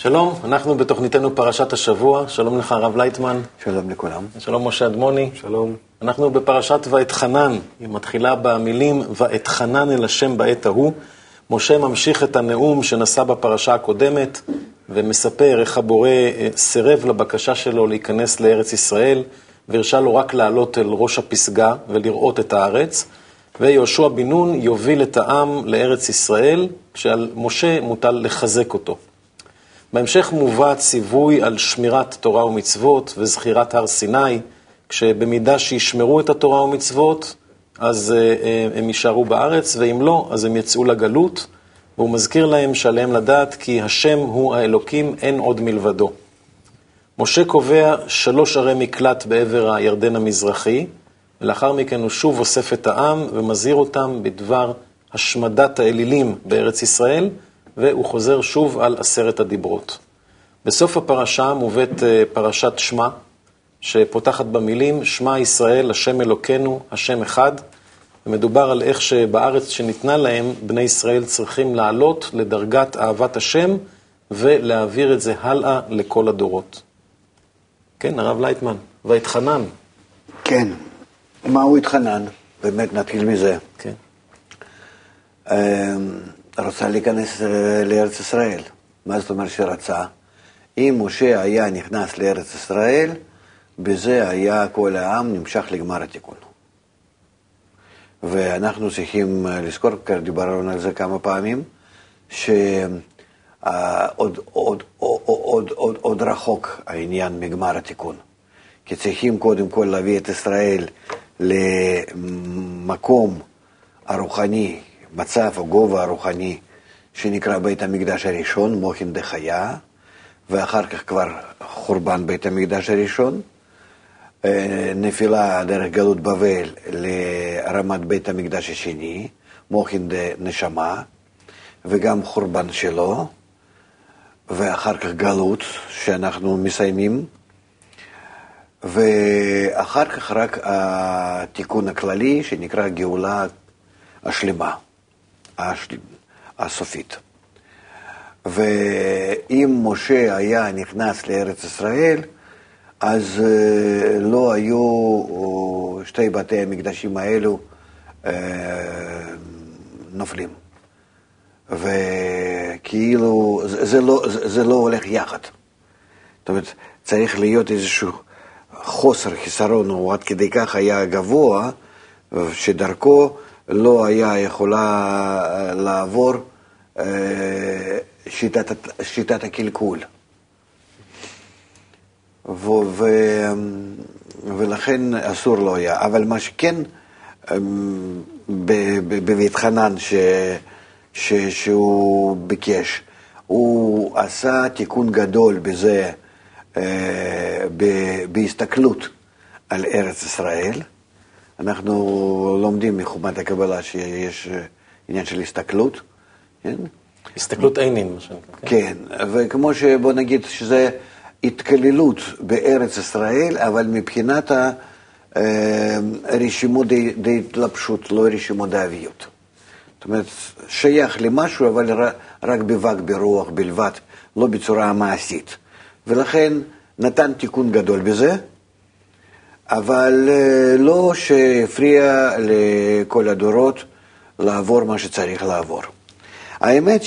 שלום, אנחנו בתוכניתנו פרשת השבוע. שלום לך הרב לייטמן. שלום לכולם. שלום משה אדמוני. שלום. אנחנו בפרשת ואתחנן, היא מתחילה במילים ואתחנן אל השם בעת ההוא. משה ממשיך את הנאום שנשא בפרשה הקודמת ומספר איך הבורא סירב לבקשה שלו להיכנס לארץ ישראל והרשה לו רק לעלות אל ראש הפסגה ולראות את הארץ, ויהושע בן נון יוביל את העם לארץ ישראל כשעל משה מוטל לחזק אותו. בהמשך מובא ציווי על שמירת תורה ומצוות וזכירת הר סיני, כשבמידה שישמרו את התורה ומצוות, אז הם יישארו בארץ, ואם לא, אז הם יצאו לגלות, והוא מזכיר להם שעליהם לדעת כי השם הוא האלוקים, אין עוד מלבדו. משה קובע 3 ערי מקלט בעבר הירדן המזרחי, ולאחר מכן הוא שוב אוסף את העם ומזהיר אותם בדבר השמדת האלילים בארץ ישראל, והוא חוזר שוב על 10 הדיברות. בסוף הפרשה מובאת פרשת שמע, שפותחת במילים, שמע ישראל, השם אלוקינו, השם אחד, ומדובר על איך שבארץ שניתנה להם, בני ישראל צריכים לעלות לדרגת אהבת השם, ולהעביר את זה הלאה לכל הדורות. כן, הרב לייטמן, ואתחנן. כן, מהו התחנן? באמת נתחיל מזה. כן. רצה להיכנס לארץ ישראל. מה זאת אומרת שרצה? אם משה היה נכנס לארץ ישראל, בזה היה כל העם נמשך לגמר התיקון. ואנחנו צריכים לזכור, כבר דיברנו על זה כמה פעמים, עוד רחוק העניין מגמר התיקון. כי צריכים קודם כל להביא את ישראל למקום הרוחני, מצב או גובה הרוחני שנקרא בית המקדש הראשון, מוחין דחיה, ואחר כך כבר חורבן בית המקדש הראשון, נפילה דרך גלות בבל לרמת בית המקדש השני, מוחין דנשמה, וגם חורבן שלו, ואחר כך גלות שאנחנו מסיימים, ואחר כך רק התיקון הכללי שנקרא גאולה השלמה, הסופית. ואם משה היה נכנס לארץ ישראל, אז לא היו 2 בתי המקדשים האלו נופלים. וכאילו זה לא הולך יחד. זאת אומרת, צריך להיות איזשהו חוסר, חיסרון, או עד כדי כך היה גבוה, שדרכו לא היה יכולה לעבור שיטת הקלקול. ולכן אסור לא היה. אבל מה שכן, בבית-חנן שהוא ביקש, הוא עשה תיקון גדול בזה, בהסתכלות על ארץ ישראל. אנחנו לומדים מחומת הקבלה שיש עניין של הסתכלות. כן? הסתכלות עינין, מה שנקרא. כן, וכמו שבוא נגיד שזה התכללות בארץ ישראל, אבל מבחינת הרשימות דהתלבשות, לא רשימות דאביות. זאת אומרת, שייך למשהו, אבל רק בבק ברוח בלבד, לא בצורה מעשית. ולכן נתן תיקון גדול בזה, אבל לא שהפריע לכל הדורות לעבור מה שצריך לעבור. האמת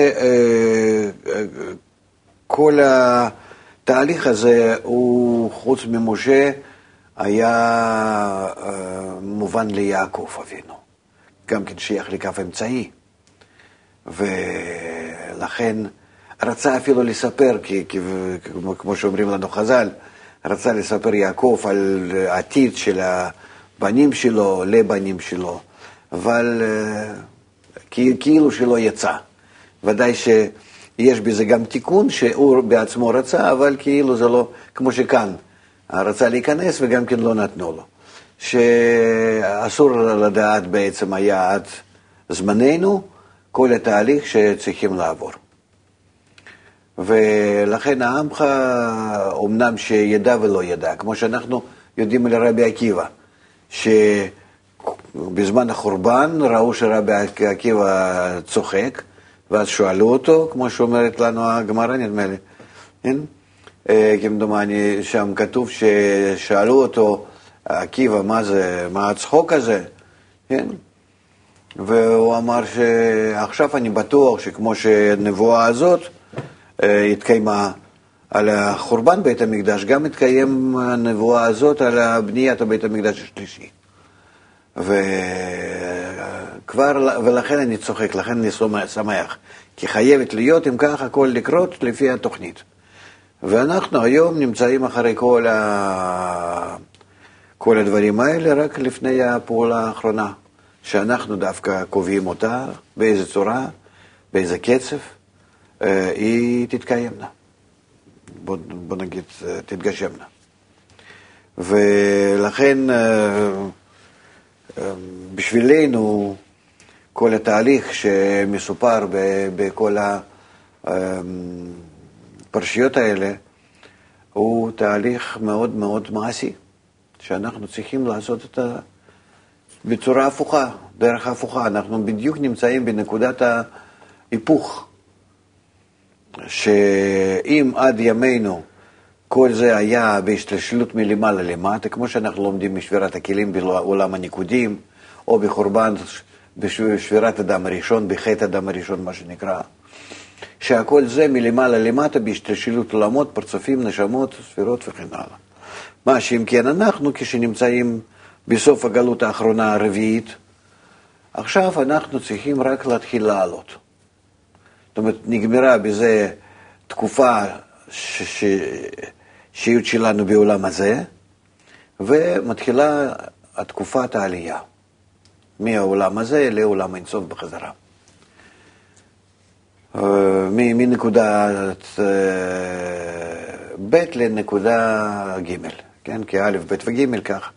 שכל התהליך הזה, הוא חוץ ממשה, היה מובן ליעקב אבינו. גם כן שייך לכף אמצעי. ולכן רצה אפילו לספר, כמו שאומרים לנו חז"ל, רצה לספר יעקב על העתיד של הבנים שלו, לבנים שלו, אבל כאילו שלא יצא. ודאי שיש בזה גם תיקון שהוא בעצמו רצה, אבל כאילו זה לא, כמו שכאן, רצה להיכנס וגם כן לא נתנו לו. שאסור לדעת בעצם היה עד זמננו כל התהליך שצריכים לעבור. ולכן העמך אומנם שידע ולא ידע, כמו שאנחנו יודעים על רבי עקיבא, שבזמן החורבן ראו שרבי עקיבא צוחק, ואז שואלו אותו, כמו שאומרת לנו הגמרא, נדמה לי, כן? כמדומני, שם כתוב ששאלו אותו, עקיבא, מה הצחוק הזה? כן? והוא אמר שעכשיו אני בטוח שכמו שהנבואה הזאת התקיימה על החורבן בית המקדש, גם התקיים הנבואה הזאת על בניית בית המקדש השלישי. ולכן אני צוחק, לכן אני שמח, כי חייבת להיות, אם כך, הכל לקרות לפי התוכנית. ואנחנו היום נמצאים אחרי כל הדברים האלה, רק לפני הפעולה האחרונה, שאנחנו דווקא קובעים אותה, באיזה צורה, באיזה קצב, היא תתקיימנה. בוא נגיד, תתגשמנה. ולכן, בשבילנו, כל התהליך שמסופר בכל הפרשיות האלה, הוא תהליך מאוד מאוד מעשי, שאנחנו צריכים לעשות אותה בצורה הפוכה, דרך הפוכה. אנחנו בדיוק נמצאים בנקודת ההיפוך, שאם עד ימינו כל זה היה בהשתלשלות מלמעלה למטה, כמו שאנחנו לומדים משבירת הכלים בעולם הניקודים, או בחורבן, בשבירת אדם הראשון, בחטא אדם הראשון, מה שנקרא, שהכל זה מלמעלה למטה בהשתלשלות עולמות, פרצופים, נשמות, ספירות וכן הלאה. מה שאם כן אנחנו, כשנמצאים בסוף הגלות האחרונה הרביעית, עכשיו אנחנו צריכים רק להתחיל לעלות. זאת אומרת, נגמרה בזה תקופה שהיות שלנו בעולם הזה, ומתחילה התקופת העלייה, מהעולם הזה לעולם אינסוף בחזרה. מנקודת ב' לנקודה ג', כן? כי א', ב' וג' כך.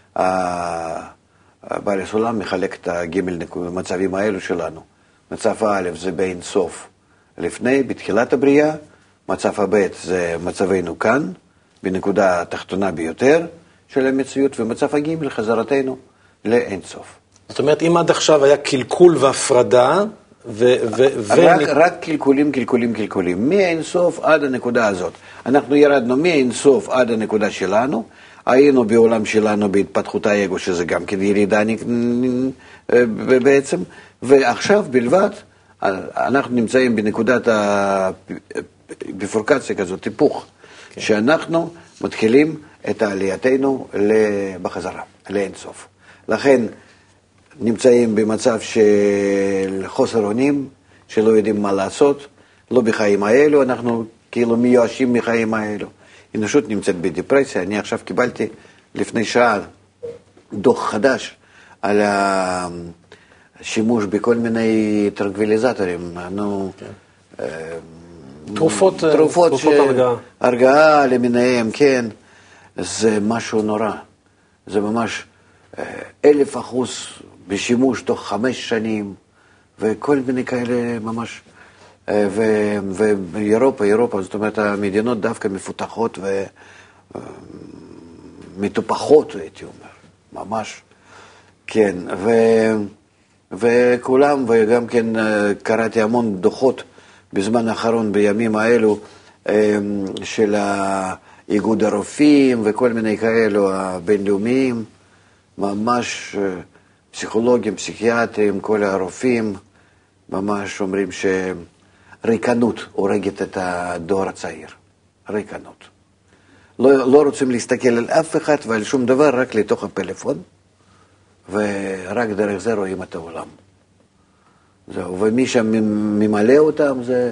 בעל הסולם מחלק את הג' מצבים האלו שלנו. מצב א' זה באין סוף לפני, בתחילת הבריאה, מצב הב' זה מצבנו כאן, בנקודה התחתונה ביותר של המציאות, ומצב הג' חזרתנו לאין סוף. זאת אומרת, אם עד עכשיו היה קלקול והפרדה, רק קלקולים, מאין סוף עד הנקודה הזאת. אנחנו ירדנו מאין סוף עד הנקודה שלנו, היינו בעולם שלנו בהתפתחות האגו, שזה גם כן ירידה בעצם, ועכשיו בלבד אנחנו נמצאים בנקודת הביפורקציה כזאת, היפוך, שאנחנו מתחילים את עלייתנו בחזרה, לאין סוף. לכן נמצאים במצב של חוסר אונים, שלא יודעים מה לעשות, לא בחיים האלו, אנחנו כאילו מיואשים מחיים האלו. האנושות נמצאת בדיפרסיה. אני עכשיו קיבלתי לפני שעה דוח חדש על השימוש בכל מיני טרנקוויליזטורים, תרופות הרגעה למיניהם, כן, זה משהו נורא, זה ממש 1000% בשימוש תוך 5 שנים, וכל מיני כאלה ממש, ואירופה, זאת אומרת, המדינות דווקא מפותחות ומטופחות, הייתי אומר, ממש, כן, וכולם, וגם כן קראתי המון דוחות בזמן האחרון, בימים האלו, של איגוד הרופאים וכל מיני כאלו הבינלאומיים, ממש פסיכולוגים, פסיכיאטרים, כל הרופאים, ממש אומרים שריקנות הורגת את הדור הצעיר. ריקנות. לא רוצים להסתכל על אף אחד ועל שום דבר, רק לתוך הפלאפון, ורק דרך זה רואים את העולם. זהו, ומי שממלא אותם זה...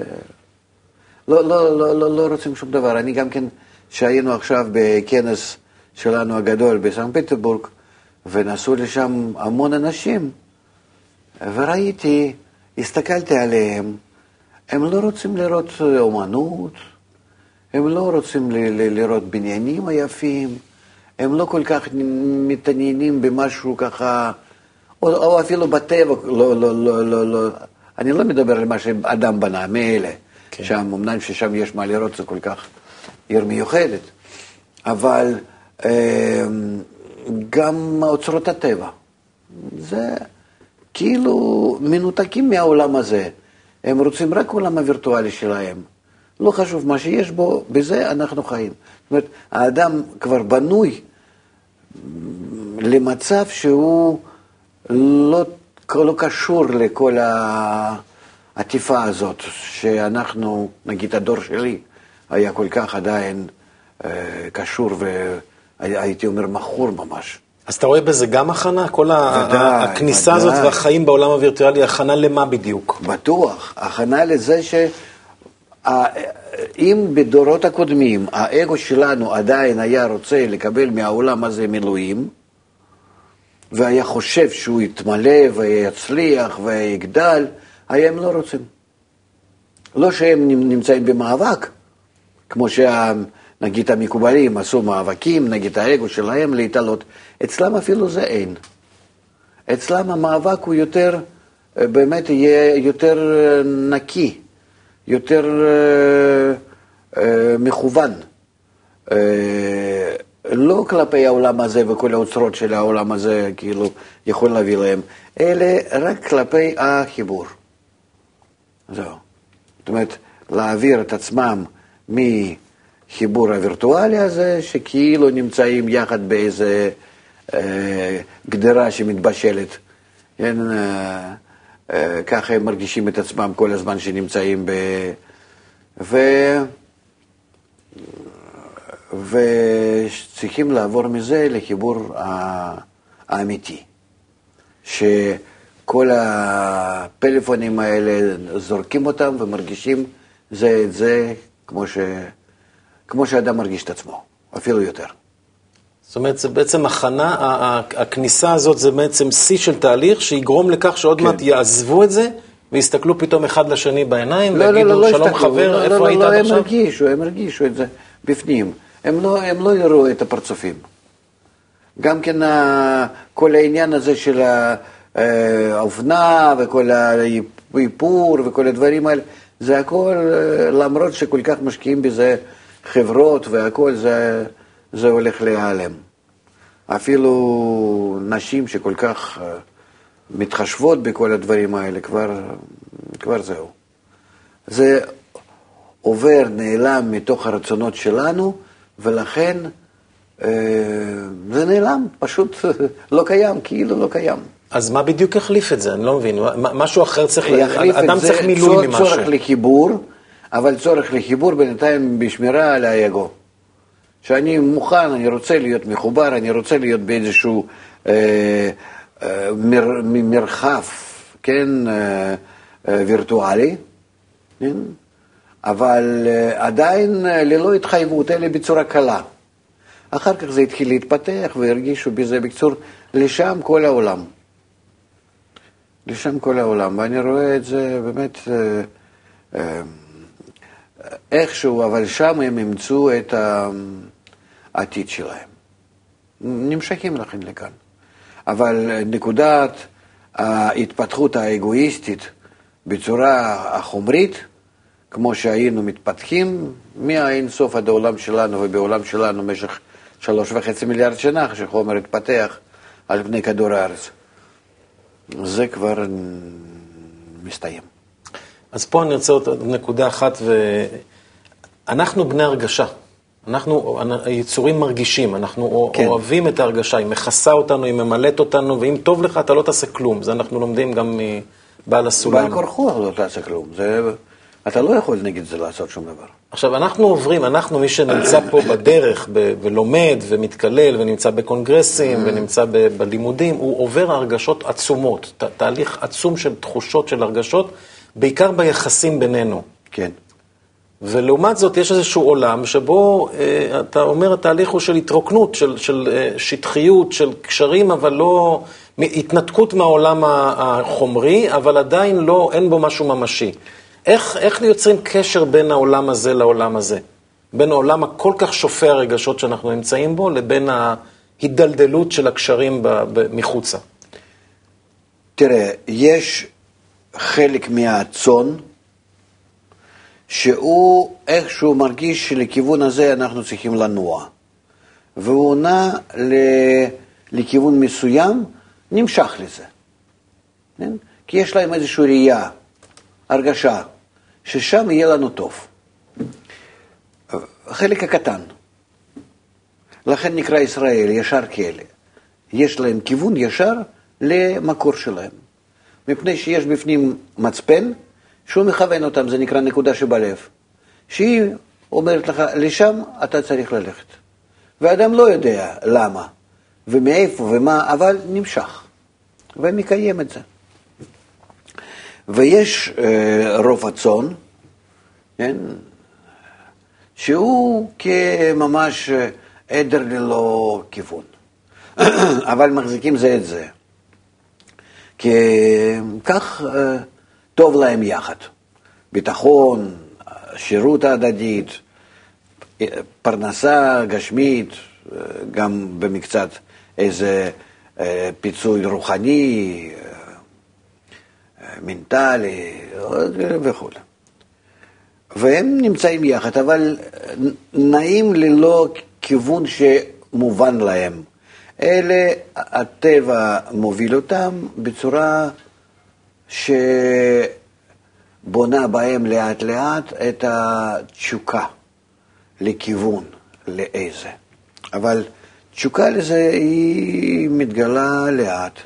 לא רוצים שום דבר. אני גם כן, שהיינו עכשיו בכנס שלנו הגדול בסן פטרבורג, ונסעו לשם המון אנשים, וראיתי, הסתכלתי עליהם, הם לא רוצים לראות אומנות, הם לא רוצים לראות בניינים היפים, הם לא כל כך מתעניינים במשהו ככה, או אפילו בטבע, לא, אני לא מדבר על מה שאדם בנה, מאלה, כן. שם, אמנם ששם יש מה לראות, זה כל כך עיר מיוחדת, אבל גם אוצרות הטבע, זה כאילו מנותקים מהעולם הזה, הם רוצים רק עולם הווירטואלי שלהם. לא חשוב מה שיש בו, בזה אנחנו חיים. זאת אומרת, האדם כבר בנוי למצב שהוא לא קשור לכל העטיפה הזאת, שאנחנו, נגיד הדור שלי, היה כל כך עדיין קשור והייתי אומר מכור ממש. אז אתה רואה בזה גם הכנה? כל הכניסה הזאת והחיים בעולם הווירטואלי, הכנה למה בדיוק? בטוח, הכנה לזה אם בדורות הקודמים האגו שלנו עדיין היה רוצה לקבל מהעולם הזה מילואים, והיה חושב שהוא יתמלא ויצליח ויגדל, הם לא רוצים. לא שהם נמצאים במאבק, כמו נגיד המקובלים עשו מאבקים נגד האגו שלהם להתעלות. אצלם אפילו זה אין. אצלם המאבק הוא יותר, באמת יהיה יותר נקי, יותר מכוון. לא כלפי העולם הזה וכל האוצרות של העולם הזה כאילו יכול להביא להם, אלא רק כלפי החיבור. זהו. זאת אומרת, להעביר את עצמם מחיבור הווירטואלי הזה, שכאילו נמצאים יחד באיזה גדרה שמתבשלת. כן, ככה הם מרגישים את עצמם כל הזמן שנמצאים וצריכים לעבור מזה לחיבור האמיתי. שכל הפלאפונים האלה זורקים אותם ומרגישים זה את זה כמו שאדם מרגיש את עצמו, אפילו יותר. זאת אומרת, זה בעצם הכנה, הכניסה הזאת זה בעצם שיא של תהליך שיגרום לכך שעוד מעט יעזבו את זה ויסתכלו פתאום אחד לשני בעיניים ויגידו שלום חבר, איפה היית עד עכשיו? הם הרגישו את זה בפנים. הם לא יראו את הפרצופים. גם כן כל העניין הזה של האופנה וכל האיפור וכל הדברים האלה, זה הכל, למרות שכל כך משקיעים בזה חברות והכל, זה הולך להיעלם. אפילו נשים שכל כך מתחשבות בכל הדברים האלה, כבר זהו. זה עובר, נעלם מתוך הרצונות שלנו, ולכן זה נעלם, פשוט לא קיים, כאילו לא קיים. אז מה בדיוק יחליף את זה? אני לא מבין. משהו אחר צריך, אדם צריך מילוי ממשהו. צורך לחיבור, אבל צורך לחיבור בינתיים בשמירה על האגו. שאני מוכן, אני רוצה להיות מחובר, אני רוצה להיות באיזשהו מרחב, כן, וירטואלי, כן? אבל עדיין ללא התחייבות, אלא בצורה קלה. אחר כך זה התחיל להתפתח והרגישו בזה בקצור, לשם כל העולם. לשם כל העולם, ואני רואה את זה באמת איכשהו, אבל שם הם ימצאו את העתיד שלהם. נמשכים לכן לכאן. אבל נקודת ההתפתחות האגואיסטית בצורה החומרית, כמו שהיינו מתפתחים, מהאין סוף עד העולם שלנו, ובעולם שלנו במשך 3.5 מיליארד שנה, שחומר התפתח על פני כדור הארץ. זה כבר מסתיים. אז פה אני רוצה עוד נקודה אחת, אנחנו בני הרגשה. אנחנו יצורים מרגישים, אנחנו כן. אוהבים את ההרגשה, היא מכסה אותנו, היא ממלאת אותנו, ואם טוב לך אתה לא תעשה כלום. זה אנחנו לומדים גם מבעל הסולם. בעל כורחו לא תעשה כלום. אתה לא יכול נגד זה לעשות שום דבר. עכשיו, אנחנו עוברים, מי שנמצא פה בדרך ולומד ומתקלל ונמצא בקונגרסים ונמצא בלימודים, הוא עובר הרגשות עצומות, תהליך עצום של תחושות של הרגשות, בעיקר ביחסים בינינו. כן. ולעומת זאת יש איזשהו עולם שבו אתה אומר התהליך הוא של התרוקנות, של שטחיות, של קשרים, אבל לא, התנתקות מהעולם החומרי, אבל עדיין לא, אין בו משהו ממשי. איך יוצרים קשר בין העולם הזה לעולם הזה? בין העולם הכל כך שופע הרגשות שאנחנו נמצאים בו, לבין ההידלדלות של הקשרים מחוצה? תראה, יש חלק מהצון, שהוא איכשהו מרגיש שלכיוון הזה אנחנו צריכים לנוע. והוא נע לכיוון מסוים, נמשך לזה. כן? כי יש להם איזושהי ראייה הרגשה ששם יהיה לנו טוב. החלק הקטן. לכן נקרא ישראל ישר כאלה. יש להם כיוון ישר למקור שלהם. מפני שיש בפנים מצפן, שהוא מכוון אותם, זה נקרא נקודה שבלב. שהיא אומרת לך, לשם אתה צריך ללכת. ואדם לא יודע למה, ומאיפה ומה, אבל נמשך. ומקיים את זה. ויש רוב הצאן, כן? שהוא כממש עדר ללא כיוון. אבל מחזיקים זה את זה. כי כך טוב להם יחד. ביטחון, שירות ההדדית, פרנסה גשמית, גם במקצת איזה פיצוי רוחני, מנטלי וכו'. והם נמצאים יחד, אבל נעים ללא כיוון שמובן להם. אלה הטבע מוביל אותם בצורה שבונה בהם לאט לאט את התשוקה לכיוון, לאיזה. אבל תשוקה לזה היא מתגלה לאט,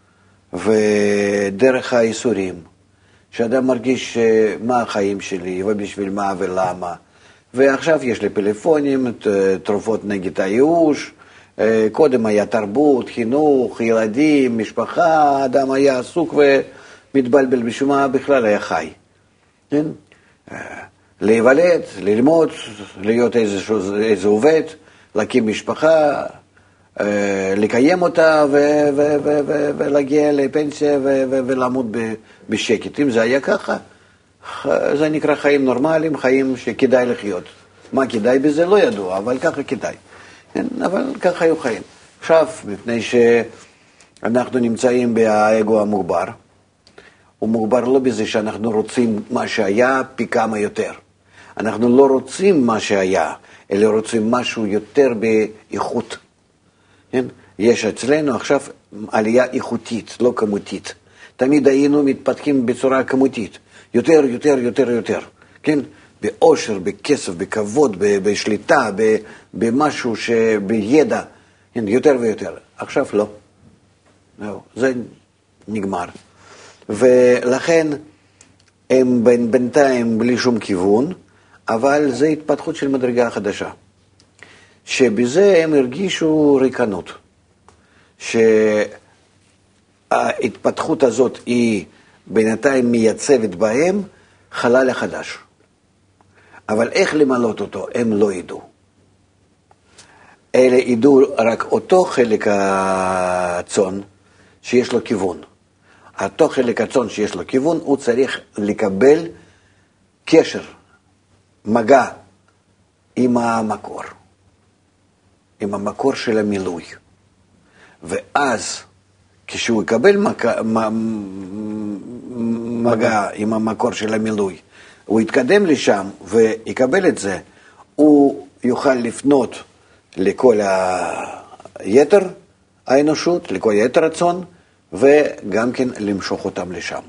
ודרך האיסורים, שאדם מרגיש מה החיים שלי ובשביל מה ולמה. ועכשיו יש לי פלאפונים, תרופות נגד הייאוש, קודם היה תרבות, חינוך, ילדים, משפחה, אדם היה עסוק ומתבלבל בשביל מה בכלל היה חי. כן? להיוולד, ללמוד, להיות איזה עובד, להקים משפחה, לקיים אותה ולהגיע לפנסיה ולעמוד בשקט. אם זה היה ככה, זה נקרא חיים נורמליים, חיים שכדאי לחיות. מה כדאי בזה לא ידוע, אבל ככה כדאי. אבל ככה היו חיים. עכשיו, מפני שאנחנו נמצאים באגו המוגבר, הוא מוגבר לא בזה שאנחנו רוצים מה שהיה פי כמה יותר. אנחנו לא רוצים מה שהיה, אלא רוצים משהו יותר באיכות. כן? יש אצלנו עכשיו עלייה איכותית, לא כמותית. תמיד היינו מתפתחים בצורה כמותית. יותר, יותר, יותר, יותר. כן? באושר, בכסף, בכבוד, בשליטה, במשהו בידע, כן? יותר ויותר. עכשיו לא. לא. זה נגמר. ולכן הם בינתיים בלי שום כיוון, אבל זה התפתחות של מדרגה חדשה. שבזה הם הרגישו ריקנות. שההתפתחות הזאת היא בינתיים מייצבת בהם חלל החדש. אבל איך למלות אותו הם לא ידעו. אלה ידעו רק אותו חלק הצאן שיש לו כיוון. אותו חלק הצאן שיש לו כיוון, הוא צריך לקבל קשר, מגע עם המקור. עם המקור של המילוי. ואז, כשהוא יקבל מגע עם המקור של המילוי, הוא יתקדם לשם ויקבל את זה, הוא יוכל לפנות לכל היתר האנושות, לכל יתר הצאן, וגם כן למשוך אותם לשם.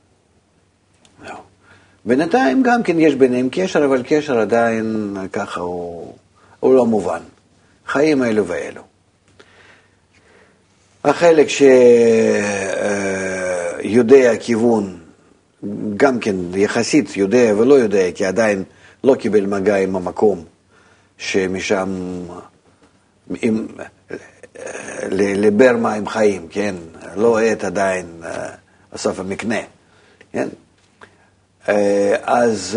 בינתיים גם כן יש ביניהם קשר, אבל קשר עדיין ככה הוא לא מובן. חיים אלו ואלו. החלק שיודע כיוון, גם כן יחסית יודע ולא יודע, כי עדיין לא קיבל מגע עם המקום, שמשם לבר מים חיים, כן? לא עת עדיין בסוף המקנה, כן? אז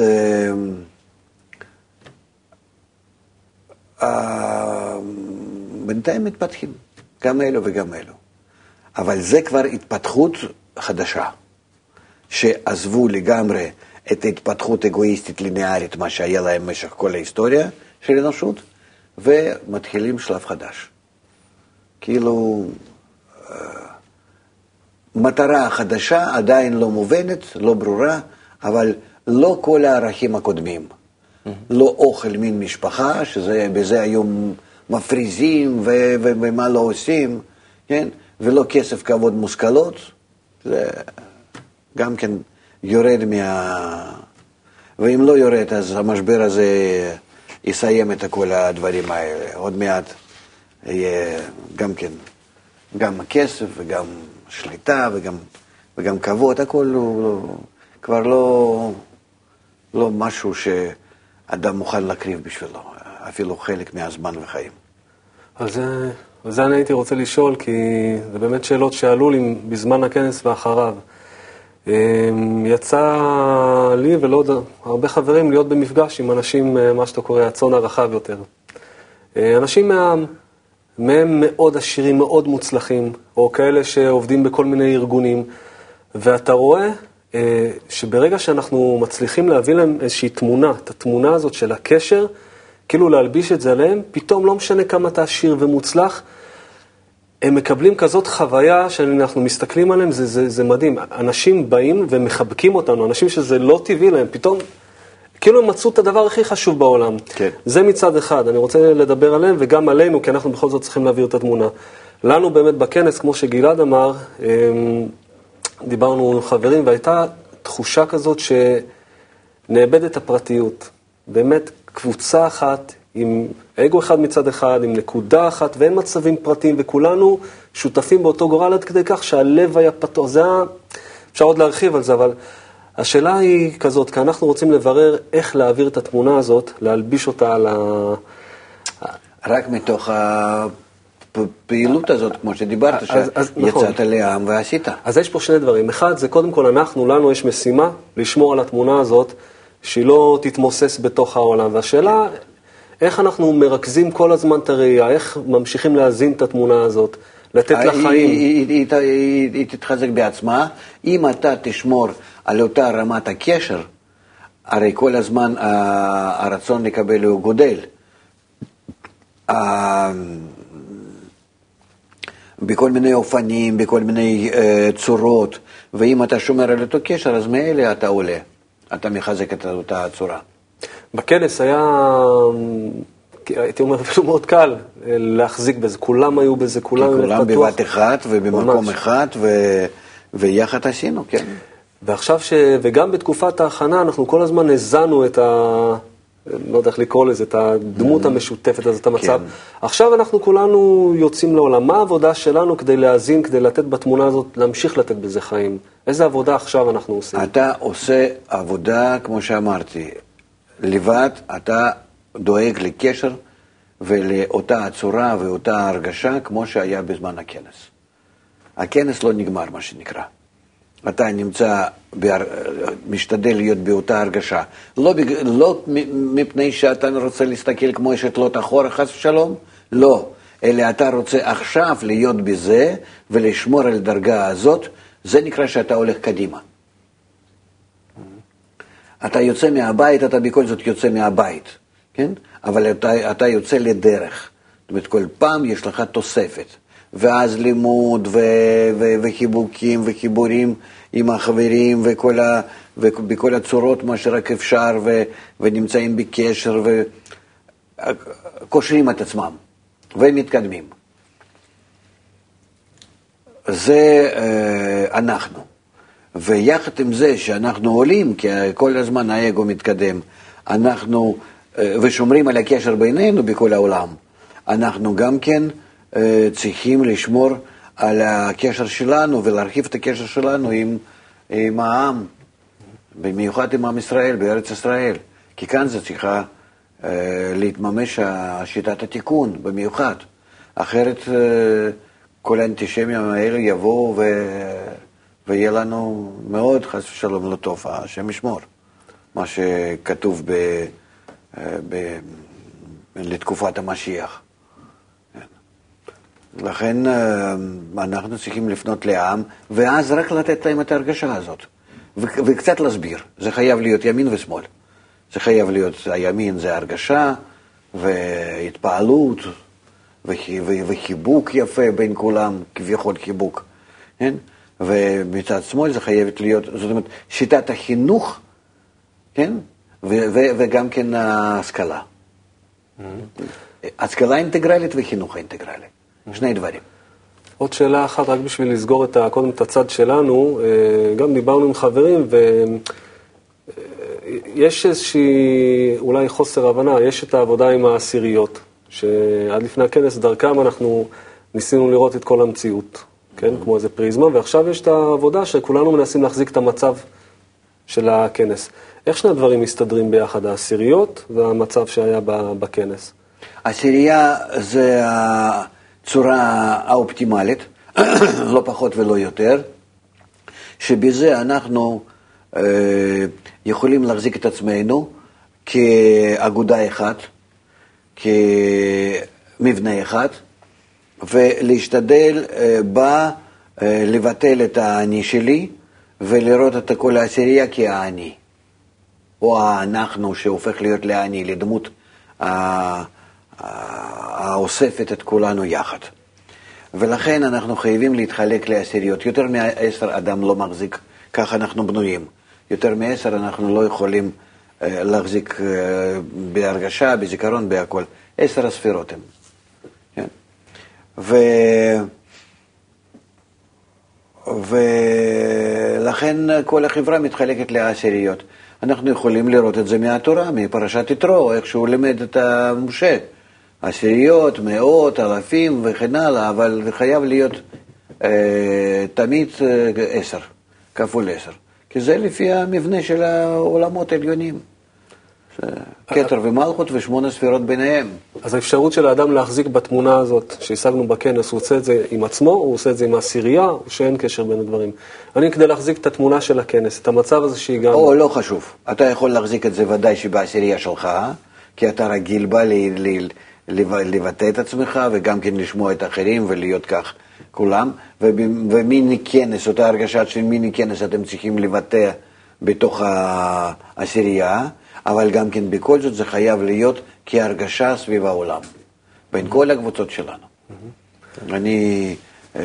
בינתיים מתפתחים, גם אלו וגם אלו. אבל זה כבר התפתחות חדשה, שעזבו לגמרי את ההתפתחות אגואיסטית ליניארית, מה שהיה להם במשך כל ההיסטוריה של האנושות, ומתחילים שלב חדש. כאילו, מטרה חדשה עדיין לא מובנת, לא ברורה, אבל לא כל הערכים הקודמים. לא אוכל מין משפחה, שבזה היום מפריזים ומה לא עושים, כן? ולא כסף כבוד מושכלות, זה גם כן יורד ואם לא יורד, אז המשבר הזה יסיים את כל הדברים האלה. עוד מעט יהיה גם כן, גם כסף וגם שליטה וגם כבוד, הכל כבר לא משהו שאדם מוכן להקריב בשבילו, אפילו חלק מהזמן וחיים. על זה אני הייתי רוצה לשאול, כי זה באמת שאלות שעלו לי בזמן הכנס ואחריו. יצא לי ולעוד הרבה חברים להיות במפגש עם אנשים, מה שאתה קורא, הצאן הרחב יותר. אנשים מהם מאוד עשירים, מאוד מוצלחים, או כאלה שעובדים בכל מיני ארגונים, ואתה רואה שברגע שאנחנו מצליחים להביא להם איזושהי תמונה, את התמונה הזאת של הקשר, כאילו להלביש את זה עליהם, פתאום לא משנה כמה אתה עשיר ומוצלח, הם מקבלים כזאת חוויה שאנחנו מסתכלים עליהם, זה מדהים. אנשים באים ומחבקים אותנו, אנשים שזה לא טבעי להם, פתאום כאילו הם מצאו את הדבר הכי חשוב בעולם. כן. זה מצד אחד, אני רוצה לדבר עליהם וגם עלינו, כי אנחנו בכל זאת צריכים להעביר את התמונה. לנו באמת בכנס, כמו שגלעד אמר, דיברנו עם חברים, והייתה תחושה כזאת שנאבדת הפרטיות. באמת קבוצה אחת, עם אגו אחד מצד אחד, עם נקודה אחת, ואין מצבים פרטיים, וכולנו שותפים באותו גורל עד כדי כך שהלב היה פתוח. זה היה, אפשר עוד להרחיב על זה, אבל השאלה היא כזאת, כי אנחנו רוצים לברר איך להעביר את התמונה הזאת, להלביש אותה על רק מתוך הפעילות הזאת, כמו שדיברת, שיצאת לעם ועשית. אז יש פה שני דברים. אחד, זה קודם כל לנו יש משימה לשמור על התמונה הזאת, שהיא לא תתמוסס בתוך העולם. והשאלה, איך אנחנו מרכזים כל הזמן את הראייה, איך ממשיכים להזין את התמונה הזאת, לתת לה חיים. היא תתחזק בעצמה. אם אתה תשמור על אותה רמת הקשר, הרי כל הזמן הרצון לקבל הוא גודל. בכל מיני אופנים, בכל מיני צורות, ואם אתה שומר על אותו קשר, אז מאלה אתה עולה. אתה מחזק את אותה צורה. בכנס היה, הייתי אומר, אפילו מאוד קל להחזיק בזה. כולם היו בזה, כולם בבת אחת ובמקום אחד, ויחד עשינו, כן. ועכשיו וגם בתקופת ההכנה, אנחנו כל הזמן הזנו את לא יודע איך לקרוא לזה, את הדמות המשותפת הזאת, המצב. עכשיו אנחנו כולנו יוצאים לעולם. מה העבודה שלנו כדי להזין, כדי לתת בתמונה הזאת, להמשיך לתת בזה חיים? איזה עבודה עכשיו אנחנו עושים? אתה עושה עבודה, כמו שאמרתי, לבד, אתה דואג לקשר ולאותה הצורה ואותה הרגשה, כמו שהיה בזמן הכנס. הכנס לא נגמר, מה שנקרא. אתה נמצא, משתדל להיות באותה הרגשה. לא מפני שאתה רוצה להסתכל כמו אשת אחורה, חס ושלום, לא. אלא אתה רוצה עכשיו להיות בזה ולשמור על דרגה הזאת, זה נקרא שאתה הולך קדימה. אתה יוצא מהבית, אתה בכל זאת יוצא מהבית, כן? אבל אתה יוצא לדרך. זאת אומרת, כל פעם יש לך תוספת. ואז לימוד וחיבוקים וחיבורים עם החברים ובכל הצורות מה שרק אפשר ונמצאים בקשר וקושרים את עצמם ומתקדמים. זה אנחנו. ויחד עם זה שאנחנו עולים, כי כל הזמן האגו מתקדם, אנחנו ושומרים על הקשר בינינו בכל העולם, אנחנו גם כן צריכים לשמור על הקשר שלנו ולהרחיב את הקשר שלנו עם העם, במיוחד עם עם ישראל, בארץ ישראל. כי כאן זה צריכה להתממש שיטת התיקון במיוחד. אחרת כל האנטישמים האלה יבואו ויהיה לנו מאוד חס ושלום לא טוב, השם ישמור. מה שכתוב לתקופת המשיח. לכן אנחנו צריכים לפנות לעם, ואז רק לתת להם את ההרגשה הזאת. וקצת להסביר. זה חייב להיות ימין ושמאל. זה חייב להיות, הימין זה הרגשה, והתפעלות, וחיבוק יפה בין כולם, כביכול חיבוק. כן? ומצד שמאל זה חייבת להיות, זאת אומרת, שיטת החינוך, כן? וגם כן ההשכלה. השכלה אינטגרלית וחינוך אינטגרלי. שני דברים. עוד שאלה אחת, רק בשביל לסגור קודם את הצד שלנו, גם דיברנו עם חברים, ויש איזושהי, אולי חוסר הבנה, יש את העבודה עם העשיריות, שעד לפני הכנס דרכם אנחנו ניסינו לראות את כל המציאות, כן? כמו איזה פריזמה, ועכשיו יש את העבודה שכולנו מנסים להחזיק את המצב של הכנס. איך שני הדברים מסתדרים ביחד, העשיריות והמצב שהיה בכנס? עשירייה זה הצורה האופטימלית, לא פחות ולא יותר, שבזה אנחנו יכולים להחזיק את עצמנו כאגודה אחת, כמבנה אחד, ולהשתדל בה לבטל את האני שלי, ולראות את כל העשירייה כאני, או האנחנו שהופך להיות לאני, לדמות האוספת את כולנו יחד. ולכן אנחנו חייבים להתחלק לעשיריות. יותר מ10 אדם לא מחזיק, כך אנחנו בנויים. יותר מ10 אנחנו לא יכולים להחזיק בהרגשה, בזיכרון, בהכל. 10 הספירות הם. כן? ולכן כל החברה מתחלקת לעשיריות. אנחנו יכולים לראות את זה מהתורה, מפרשת יתרו, איך שהוא לימד את משה. עשיריות, מאות, אלפים וכן הלאה, אבל זה חייב להיות תמיד 10, כפול 10. כי זה לפי המבנה של העולמות העליונים. כתר ומלכות ו8 ספירות ביניהם. אז האפשרות של האדם להחזיק בתמונה הזאת שהשגנו בכנס, הוא עושה את זה עם עצמו, הוא עושה את זה עם העשירייה, או שאין קשר בין הדברים. אני כדי להחזיק את התמונה של הכנס, את המצב הזה שהגענו. או, לא חשוב. אתה יכול להחזיק את זה ודאי שבעשירייה שלך, כי אתה רגיל בה לבטא את עצמך, וגם כן לשמוע את האחרים ולהיות כך כולם. ומיני כנס, אותה הרגשה של מיני כנס אתם צריכים לבטא בתוך העשירייה, אבל גם כן בכל זאת זה חייב להיות כהרגשה סביב העולם, בין כל הקבוצות שלנו. אני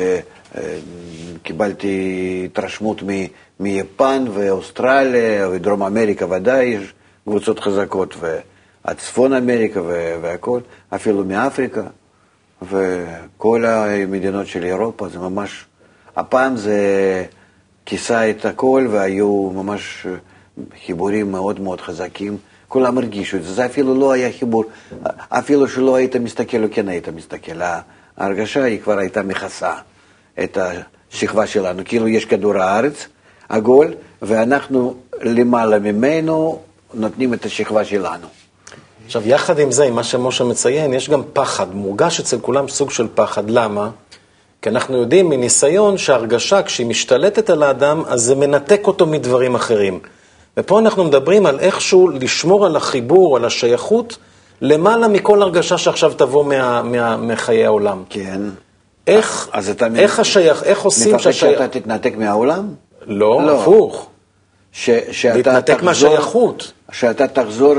קיבלתי התרשמות מיפן ואוסטרליה ודרום אמריקה, ודאי יש קבוצות חזקות, והצפון אמריקה והכל, אפילו מאפריקה, וכל המדינות של אירופה, זה ממש, הפעם זה כיסה את הכל, והיו ממש חיבורים מאוד מאוד חזקים, כולם הרגישו את זה, זה אפילו לא היה חיבור, אפילו שלא היית מסתכל או כן היית מסתכל, ההרגשה היא כבר הייתה מכסה את השכבה שלנו, כאילו יש כדור הארץ, עגול, ואנחנו למעלה ממנו נותנים את השכבה שלנו. עכשיו, יחד עם זה, עם מה שמשה מציין, יש גם פחד, מורגש אצל כולם סוג של פחד, למה? כי אנחנו יודעים מניסיון שההרגשה, כשהיא משתלטת על האדם, אז זה מנתק אותו מדברים אחרים. ופה אנחנו מדברים על איכשהו לשמור על החיבור, על השייכות, למעלה מכל הרגשה שעכשיו תבוא מחיי העולם. כן. איך עושים מפחד שאתה תתנתק מהעולם? לא, הפוך. להתנתק מהשייכות. שאתה תחזור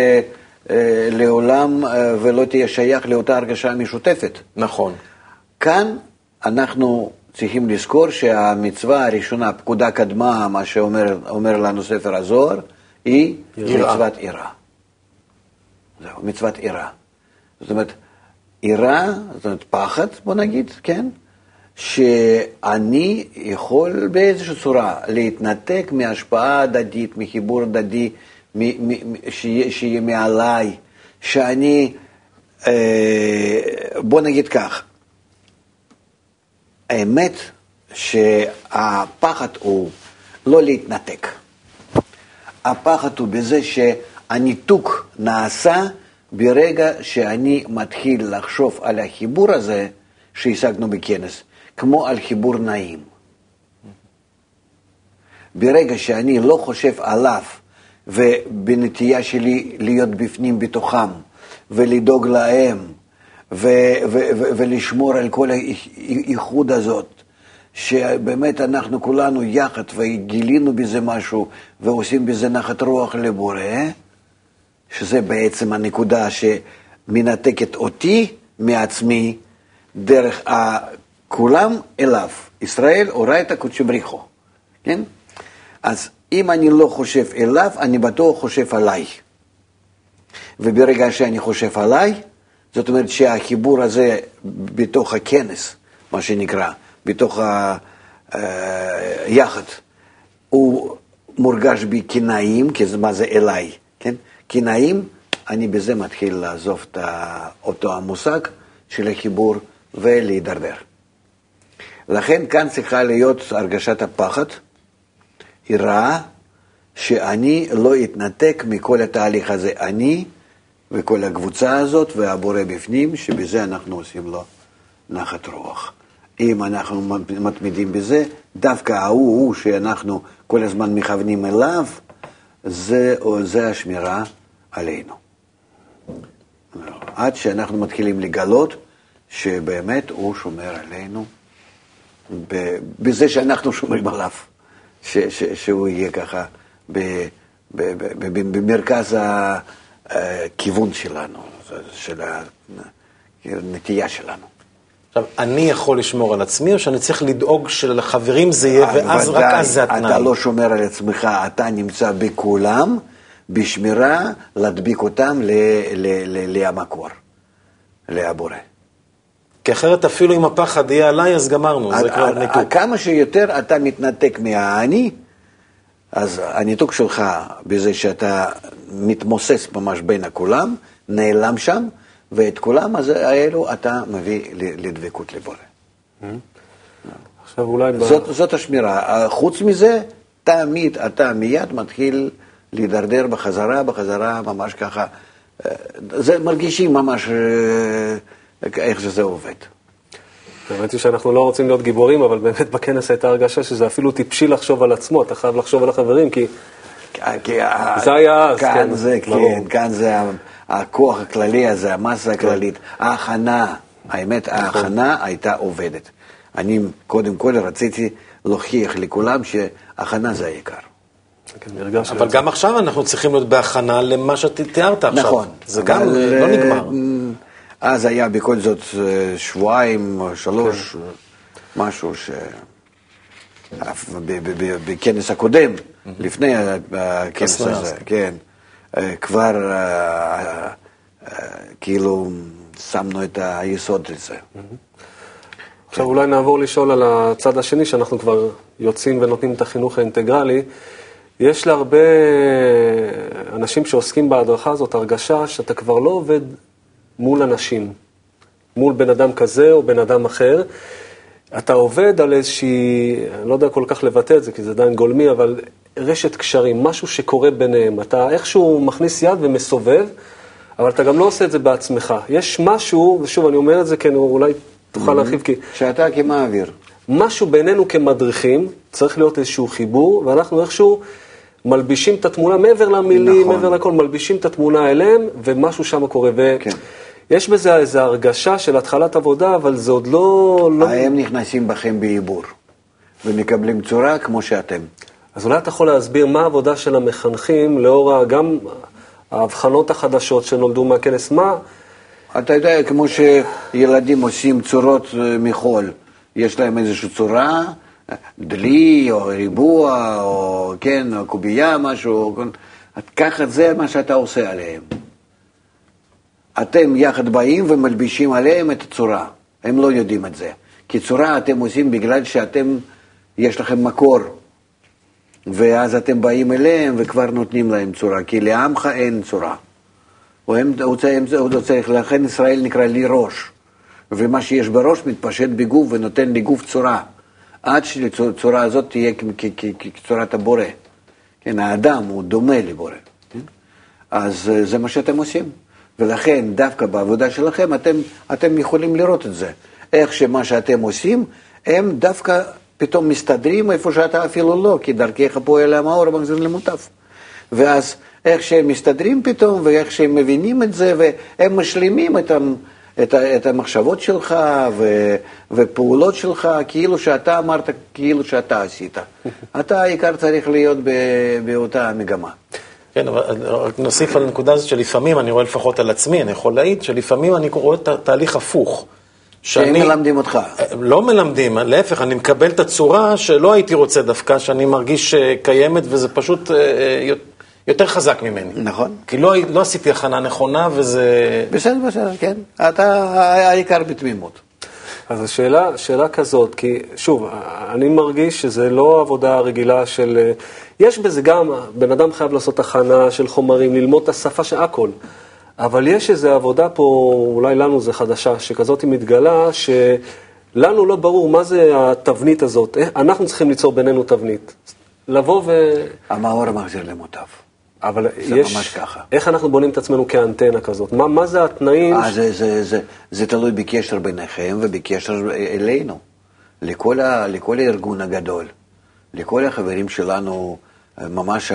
לעולם ולא תהיה שייך לאותה הרגשה משותפת. נכון. כאן אנחנו צריכים לזכור שהמצווה הראשונה, פקודה קדמה, מה שאומר לנו ספר הזוהר, היא מצוות יראה. זהו, מצוות יראה. זאת אומרת, יראה, זאת אומרת פחד, בוא נגיד, כן? שאני יכול באיזושהי צורה להתנתק מהשפעה הדדית, מחיבור הדדי, שיהיה מעליי, שאני, בוא נגיד כך, האמת שהפחד הוא לא להתנתק. הפחד הוא בזה שהניתוק נעשה ברגע שאני מתחיל לחשוב על החיבור הזה שהשגנו בכנס, כמו על חיבור נעים. ברגע שאני לא חושב עליו, ובנטייה שלי להיות בפנים בתוכם, ולדאוג להם, ולשמור על כל האיחוד הזאת, שבאמת אנחנו כולנו יחד, וגילינו בזה משהו, ועושים בזה נחת רוח לבורא, שזה בעצם הנקודה שמנתקת אותי מעצמי, דרך כולם אליו, ישראל אורייתא קודשא בריחו, כן? אז אם אני לא חושב אליו, אני בטוח חושב עליי. וברגע שאני חושב עליי, זאת אומרת שהחיבור הזה בתוך הכנס מה שנקרא, בתוך היחד, הוא מורגש בי כנעים, כי מה זה אליי, כן? כנעים, אני בזה מתחיל לעזוב אותו המושג של החיבור ולהידרדר. לכן כאן צריכה להיות הרגשת הפחד, יראה שאני לא אתנתק מכל התהליך הזה, אני וכל הקבוצה הזאת והבורא בפנים, שבזה אנחנו עושים לו נחת רוח. אם אנחנו מתמידים בזה, דווקא הוא שאנחנו כל הזמן מכוונים אליו, זה השמירה עלינו. עד שאנחנו מתחילים לגלות שבאמת הוא שומר עלינו, בזה שאנחנו שומרים עליו, שהוא יהיה ככה במרכז הכיוון שלנו, של הנטייה שלנו. עכשיו, אני יכול לשמור על עצמי, או שאני צריך לדאוג שלחברים זה יהיה, ואז רק אז זה התנאי? אתה לא שומר על עצמך, אתה נמצא בכולם, בשמירה להדביק אותם למקור, לבורא. כי אחרת אפילו אם הפחד יהיה עליי, אז גמרנו, זה כבר ניתוק. כמה שיותר אתה מתנתק מהאני, אז הניתוק שלך בזה שאתה מתמוסס ממש בין הכולם, נעלם שם, ואת כולם האלו אתה מביא לדבקות לבורא. עכשיו אולי... זאת השמירה. חוץ מזה, תמיד אתה מיד מתחיל להידרדר בחזרה, ממש ככה. זה מרגישים ממש איך שזה עובד. האמת היא שאנחנו לא רוצים להיות גיבורים, אבל באמת בכנס הייתה הרגשה שזה אפילו טיפשי לחשוב על עצמו, אתה חייב לחשוב על החברים, כי זה היה אז. כאן זה הכוח הכללי הזה, המסה הכללית, ההכנה, האמת, ההכנה הייתה עובדת. אני קודם כל רציתי להוכיח לכולם שההכנה זה העיקר. אבל גם עכשיו אנחנו צריכים להיות בהכנה למה שתיארת עכשיו. נכון. זה גם לא נגמר. אז היה בכל זאת שבועיים, 3, משהו בכנס הקודם, לפני הכנס הזה, כן, כבר כאילו שמנו את היסוד לזה. עכשיו אולי נעבור לשאול על הצד השני, שאנחנו כבר יוצאים ונותנים את החינוך האינטגרלי. יש להרבה אנשים שעוסקים בהדרכה הזאת הרגשה שאתה כבר לא עובד מול אנשים, מול בן אדם כזה או בן אדם אחר. אתה עובד על איזושהי, אני לא יודע כל כך לבטא את זה כי זה עדיין גולמי, אבל רשת קשרים, משהו שקורה ביניהם. אתה איכשהו מכניס יד ומסובב, אבל אתה גם לא עושה את זה בעצמך. יש משהו, ושוב אני אומר את זה, כן, אולי תוכל להרחיב כי... שאתה כמעביר. משהו בינינו כמדריכים, צריך להיות איזשהו חיבור, ואנחנו איכשהו מלבישים את התמונה, מעבר למילים, נכון. מעבר לכל, מלבישים את התמונה אליהם, ומשהו שם קורה. כן. יש בזה איזו הרגשה של התחלת עבודה, אבל זה עוד לא... הם נכנסים בכם בעיבור, ומקבלים צורה כמו שאתם. אז אולי אתה יכול להסביר מה העבודה של המחנכים, לאור גם ההבחנות החדשות שנולדו מהכנס, מה... אתה יודע, כמו שילדים עושים צורות מחול, יש להם איזושהי צורה, דלי או ריבוע או כן, או קובייה, משהו, ככה זה מה שאתה עושה עליהם. אתם יחד באים ומלבישים עליהם את הצורה, הם לא יודעים את זה. כי צורה אתם עושים בגלל שאתם, יש לכם מקור, ואז אתם באים אליהם וכבר נותנים להם צורה, כי לעמך אין צורה. הוא צריך, לכן ישראל נקרא לי ראש, ומה שיש בראש מתפשט בגוף ונותן לגוף צורה, עד שהצורה הזאת תהיה כצורת הבורא. כן, האדם הוא דומה לבורא. כן? אז זה מה שאתם עושים. ולכן דווקא בעבודה שלכם אתם יכולים לראות את זה. איך שמה שאתם עושים, הם דווקא פתאום מסתדרים איפה שאתה אפילו לא, כי דרכך פועל המאור מחזיר למוטף. ואז איך שהם מסתדרים פתאום, ואיך שהם מבינים את זה, והם משלימים את המחשבות שלך ופעולות שלך, כאילו שאתה אמרת, כאילו שאתה עשית. אתה העיקר צריך להיות באותה מגמה. כן, אבל רק נוסיף על הנקודה הזאת שלפעמים, אני רואה לפחות על עצמי, אני יכול להעיד שלפעמים אני רואה את התהליך הפוך. שהם מלמדים אותך. לא מלמדים, להפך, אני מקבל את הצורה שלא הייתי רוצה דווקא, שאני מרגיש קיימת, וזה פשוט יותר חזק ממני. נכון. כי לא עשיתי הכנה נכונה, וזה... בסדר, כן. אתה העיקר בתמימות. אז השאלה כזאת, כי שוב, אני מרגיש שזה לא עבודה רגילה של... יש בזה גם, בן אדם חייב לעשות הכנה של חומרים, ללמוד את השפה של הכל. אבל יש איזו עבודה פה, אולי לנו זה חדשה, שכזאת היא מתגלה, שלנו לא ברור מה זה התבנית הזאת. אנחנו צריכים ליצור בינינו תבנית. לבוא המאור מחזיר למוטב. אבל זה יש... ממש ככה. איך אנחנו בונים את עצמנו כאנטנה כזאת? מה זה התנאים? זה תלוי בקשר ביניכם ובקשר אלינו. לכל הארגון הגדול. לכל החברים שלנו, ממש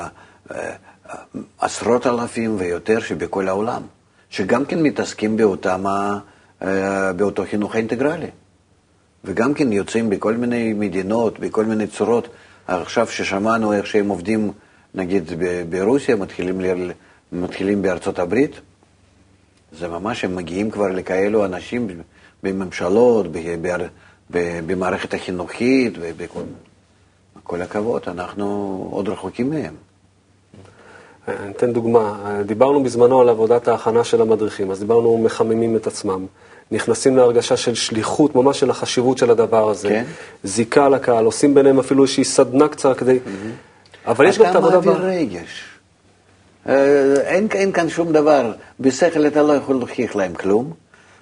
עשרות אלפים ויותר שבכל העולם. שגם כן מתעסקים באותו חינוך האינטגרלי. וגם כן יוצאים בכל מיני מדינות, בכל מיני צורות. עכשיו ששמענו איך שהם עובדים, נגיד ברוסיה, מתחילים בארצות הברית, זה ממש, הם מגיעים כבר לכאלו אנשים בממשלות, במערכת החינוכית, כל הכבוד, אנחנו עוד רחוקים מהם. אני אתן דוגמה, דיברנו בזמנו על עבודת ההכנה של המדריכים, אז דיברנו מחממים את עצמם, נכנסים להרגשה של שליחות, ממש של החשיבות של הדבר הזה, כן? זיקה לקהל, עושים ביניהם אפילו איזושהי סדנה קצרה כדי... אבל יש גם את העבודה... אתה מעביר רגש. אין כאן שום דבר. בשכל אתה לא יכול להוכיח להם כלום.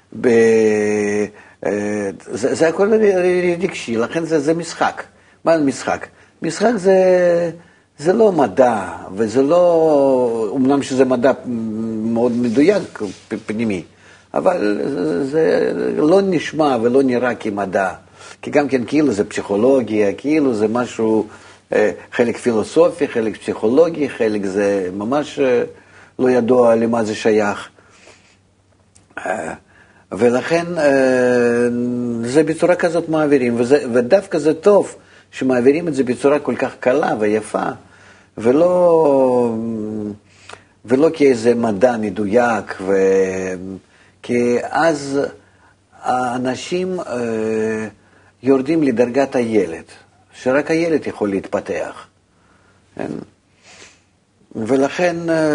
זה הכל רגשי, לכן זה משחק. מה זה משחק? משחק זה לא מדע, וזה לא... אומנם שזה מדע מאוד מדויק, פנימי, אבל זה לא נשמע ולא נראה כמדע. כי גם כן כאילו זה פסיכולוגיה, כאילו זה משהו, חלק פילוסופי, חלק פסיכולוגי, חלק זה ממש לא ידוע למה זה שייך. ולכן זה בצורה כזאת מעבירים, ודווקא זה טוב שמעבירים את זה בצורה כל כך קלה ויפה, ולא כאיזה מדע מדויק, כי אז האנשים יורדים לדרגת הילד, שרק הילד יכול להתפתח. ולכן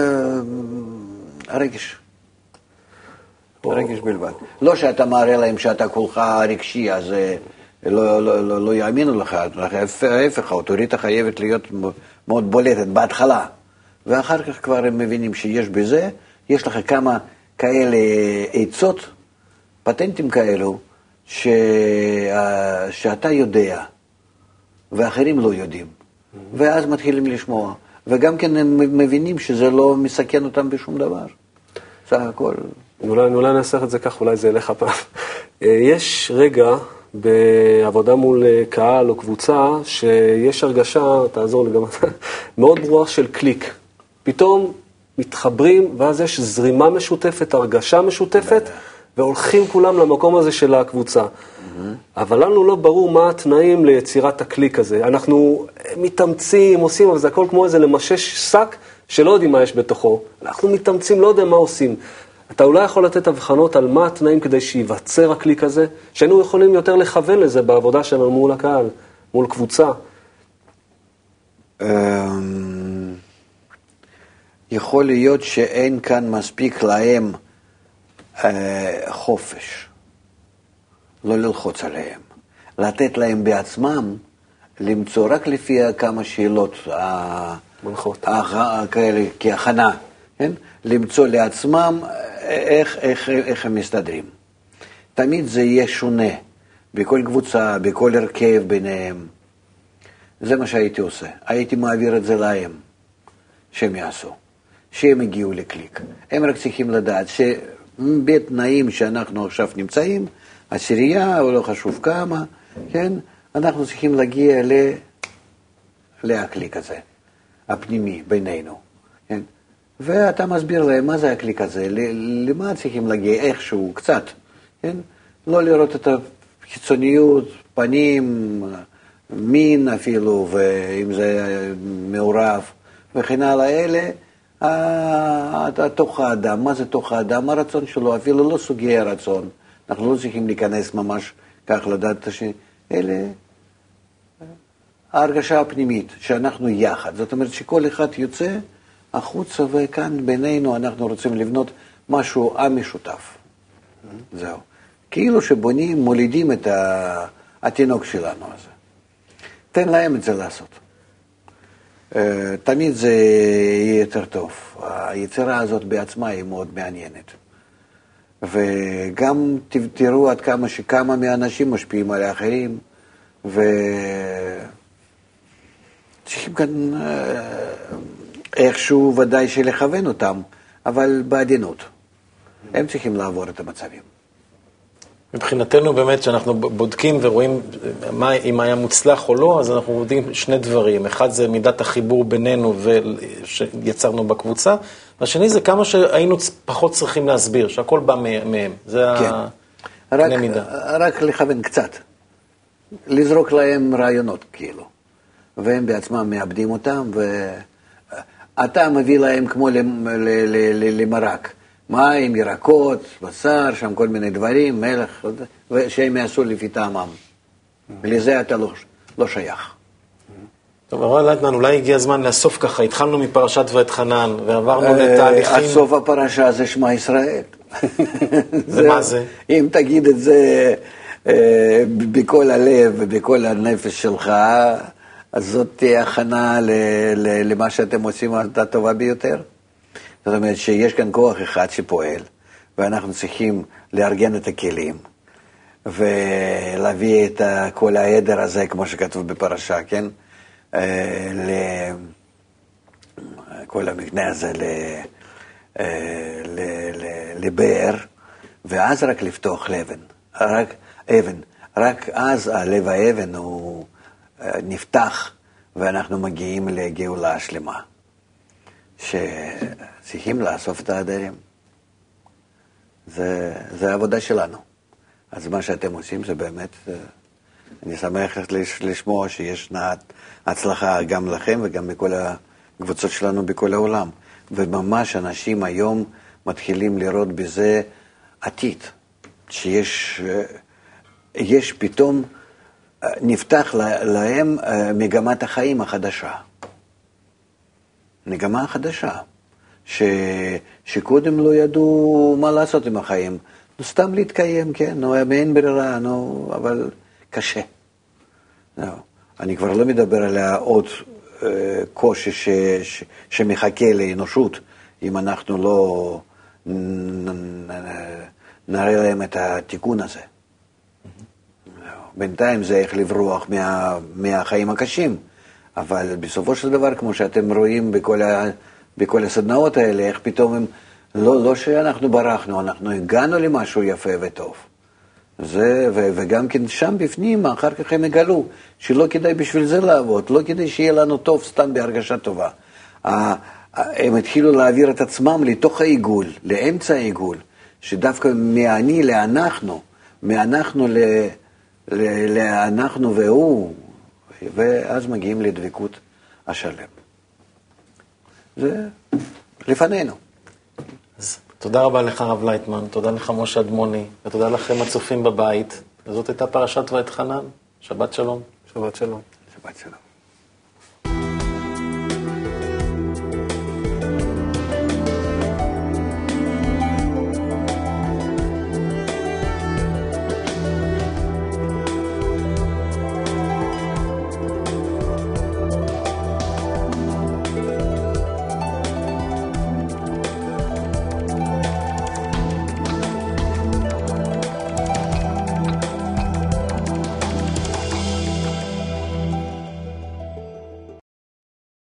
הרגש. רגש בלבד. לא שאתה מראה להם שאתה כולך רגשי, אז לא יאמינו לך. ההפך, האוטוריטה חייבת להיות מאוד בולטת בהתחלה. ואחר כך כבר הם מבינים שיש בזה, יש לך כמה כאלה עצות, פטנטים כאלו, שאתה יודע, ואחרים לא יודעים. ואז מתחילים לשמוע. וגם כן הם מבינים שזה לא מסכן אותם בשום דבר. סך הכל... אולי נעשה את זה כך, אולי זה ילך הפעם. יש רגע בעבודה מול קהל או קבוצה, שיש הרגשה, תעזור לי גם אתה, מאוד ברורה של קליק. פתאום מתחברים, ואז יש זרימה משותפת, הרגשה משותפת, והולכים כולם למקום הזה של הקבוצה. אבל לנו לא ברור מה התנאים ליצירת הקליק הזה. אנחנו מתאמצים, עושים, אבל זה הכל כמו איזה למשש שק, שלא יודעים מה יש בתוכו. אנחנו מתאמצים, לא יודעים מה עושים. אתה אולי יכול לתת הבחנות על מה התנאים כדי שיווצר הקליק הזה, שהיינו יכולים יותר לכוון לזה בעבודה שלנו מול הקהל, מול קבוצה. יכול להיות שאין כאן מספיק להם חופש, לא ללחוץ עליהם, לתת להם בעצמם, למצוא רק לפי כמה שאלות מנחות. כאלה כהכנה, כן? למצוא לעצמם איך הם מסתדרים. תמיד זה יהיה שונה, בכל קבוצה, בכל הרכב ביניהם. זה מה שהייתי עושה. הייתי מעביר את זה להם, שהם יעשו, שהם הגיעו לקליק. הם רק צריכים לדעת שבתנאים שאנחנו עכשיו נמצאים, עשירייה או לא חשוב כמה, כן? אנחנו צריכים להגיע לקליק הזה, הפנימי בינינו, כן? ואתה מסביר להם מה זה הקליק הזה, למה צריכים להגיע איכשהו, קצת, כן? לא לראות את החיצוניות, פנים, מין אפילו, ואם זה מעורב, וכן הלאה, אלה, תוך האדם, מה זה תוך האדם? הרצון שלו, אפילו לא סוגי הרצון, אנחנו לא צריכים להיכנס ממש כך לדעת אלה, ההרגשה הפנימית, שאנחנו יחד, זאת אומרת שכל אחד יוצא, החוצה וכאן בינינו אנחנו רוצים לבנות משהו המשותף. זהו. כאילו שבונים, מולידים את התינוק שלנו הזה. תן להם את זה לעשות. תמיד זה יהיה יותר טוב. היצירה הזאת בעצמה היא מאוד מעניינת. וגם תראו עד כמה מהאנשים משפיעים על האחרים, וצריכים כאן איכשהו ודאי שלכוון אותם, אבל בעדינות. הם צריכים לעבור את המצבים. מבחינתנו באמת שאנחנו בודקים ורואים אם היה מוצלח או לא, אז אנחנו יודעים שני דברים. אחד זה מידת החיבור בינינו שיצרנו בקבוצה, והשני זה כמה שהיינו פחות צריכים להסביר, שהכל בא מהם. זה הקנה מידה. רק לכוון קצת. לזרוק להם רעיונות כאילו. והם בעצמם מאבדים אותם, ואתה מביא להם כמו למרק. מים, ירקות, בשר, שם כל מיני דברים, מלח, שהם יעשו לפי טעמם. ולזה אתה לא שייך. טוב, הרב לייטמן, אולי הגיע הזמן לאסוף ככה, התחלנו מפרשת ואתחנן, ועברנו לתהליכים. הסוף הפרשה זה שמע ישראל. ומה זה? אם תגיד את זה בכל הלב ובכל הנפש שלך, אז זאת תהיה הכנה למה שאתם עושים הטובה ביותר. זאת אומרת שיש כאן כוח אחד שפועל, ואנחנו צריכים לארגן את הכלים, ולהביא את כל העדר הזה, כמו שכתוב בפרשה, כן? כל המבנה הזה לבאר, ואז רק לפתוח אבן. רק אז הלב האבן הוא נפתח, ואנחנו מגיעים לגאולה שלמה. שצריכים לאסוף את העדרים. זה העבודה שלנו. אז מה שאתם עושים זה באמת, אני שמח לשמוע שיש הצלחה גם לכם וגם בכל הקבוצות שלנו בכל העולם. וממש אנשים היום מתחילים לראות בזה עתיד. שיש פתאום נפתח להם מגמת החיים החדשה. מגמה חדשה, שקודם לא ידעו מה לעשות עם החיים. סתם להתקיים, כן, אין ברירה, אבל קשה. אני כבר לא מדבר על עוד קושי שמחכה לאנושות, אם אנחנו לא נראה להם את התיקון הזה. בינתיים זה איך לברוח מהחיים הקשים. אבל בסופו של דבר, כמו שאתם רואים בכל הסדנאות האלה, איך פתאום הם, לא שאנחנו ברחנו, אנחנו הגענו למשהו יפה וטוב. וגם כן שם בפנים, אחר כך הם הגלו, שלא כדאי בשביל זה לעבוד, לא כדאי שיהיה לנו טוב סתם בהרגשה טובה. הם התחילו להעביר את עצמם לתוך העיגול, לאמצע העיגול, שדווקא מאני לאנחנו, מאנחנו לאנחנו והוא, ואז מגיעים לדבקות השלם. זה לפנינו. אז תודה רבה לך הרב לייטמן, תודה לך משה אדמוני, ותודה לכם הצופים בבית. זאת הייתה פרשת ואתחנן. שבת שלום. שבת שלום. שבת שלום.